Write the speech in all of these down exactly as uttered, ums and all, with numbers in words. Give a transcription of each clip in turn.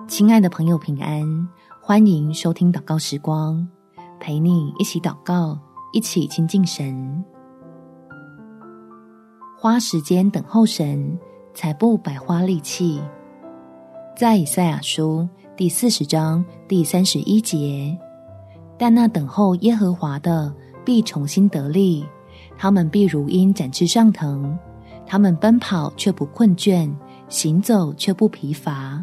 亲爱的朋友平安，欢迎收听祷告时光，陪你一起祷告，一起亲近神。花时间等候神，才不白花力气。在以赛亚书第四十章第三十一节，但那等候耶和华的必重新得力，他们必如鹰展翅上腾，他们奔跑却不困倦，行走却不疲乏。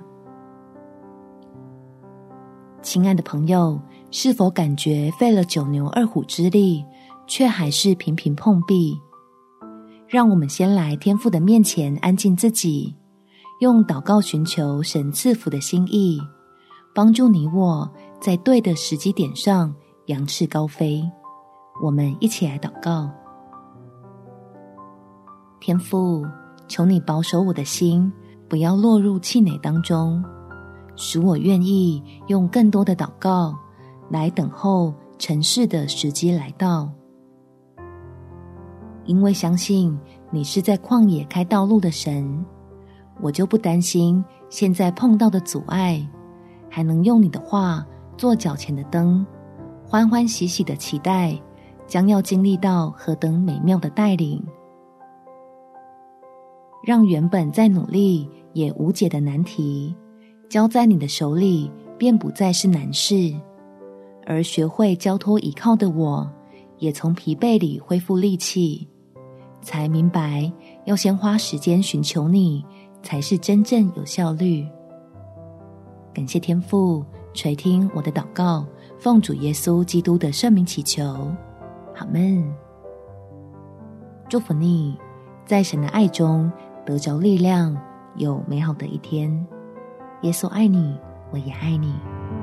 亲爱的朋友，是否感觉费了九牛二虎之力，却还是频频碰壁？让我们先来天父的面前安静自己，用祷告寻求神赐福的心意，帮助你我在对的时机点上扬翅高飞。我们一起来祷告。天父，求你保守我的心，不要落入气馁当中，使我愿意用更多的祷告来等候成事的时机来到。因为相信你是在旷野开道路的神，我就不担心现在碰到的阻碍，还能用你的话做脚前的灯，欢欢喜喜的期待将要经历到何等美妙的带领。让原本再努力也无解的难题交在你的手里，便不再是难事，而学会交托依靠的我，也从疲惫里恢复力气，才明白要先花时间寻求你，才是真正有效率。感谢天父垂听我的祷告，奉主耶稣基督的圣名祈求，阿们。祝福你在神的爱中得着力量，有美好的一天。耶稣爱你，我也爱你。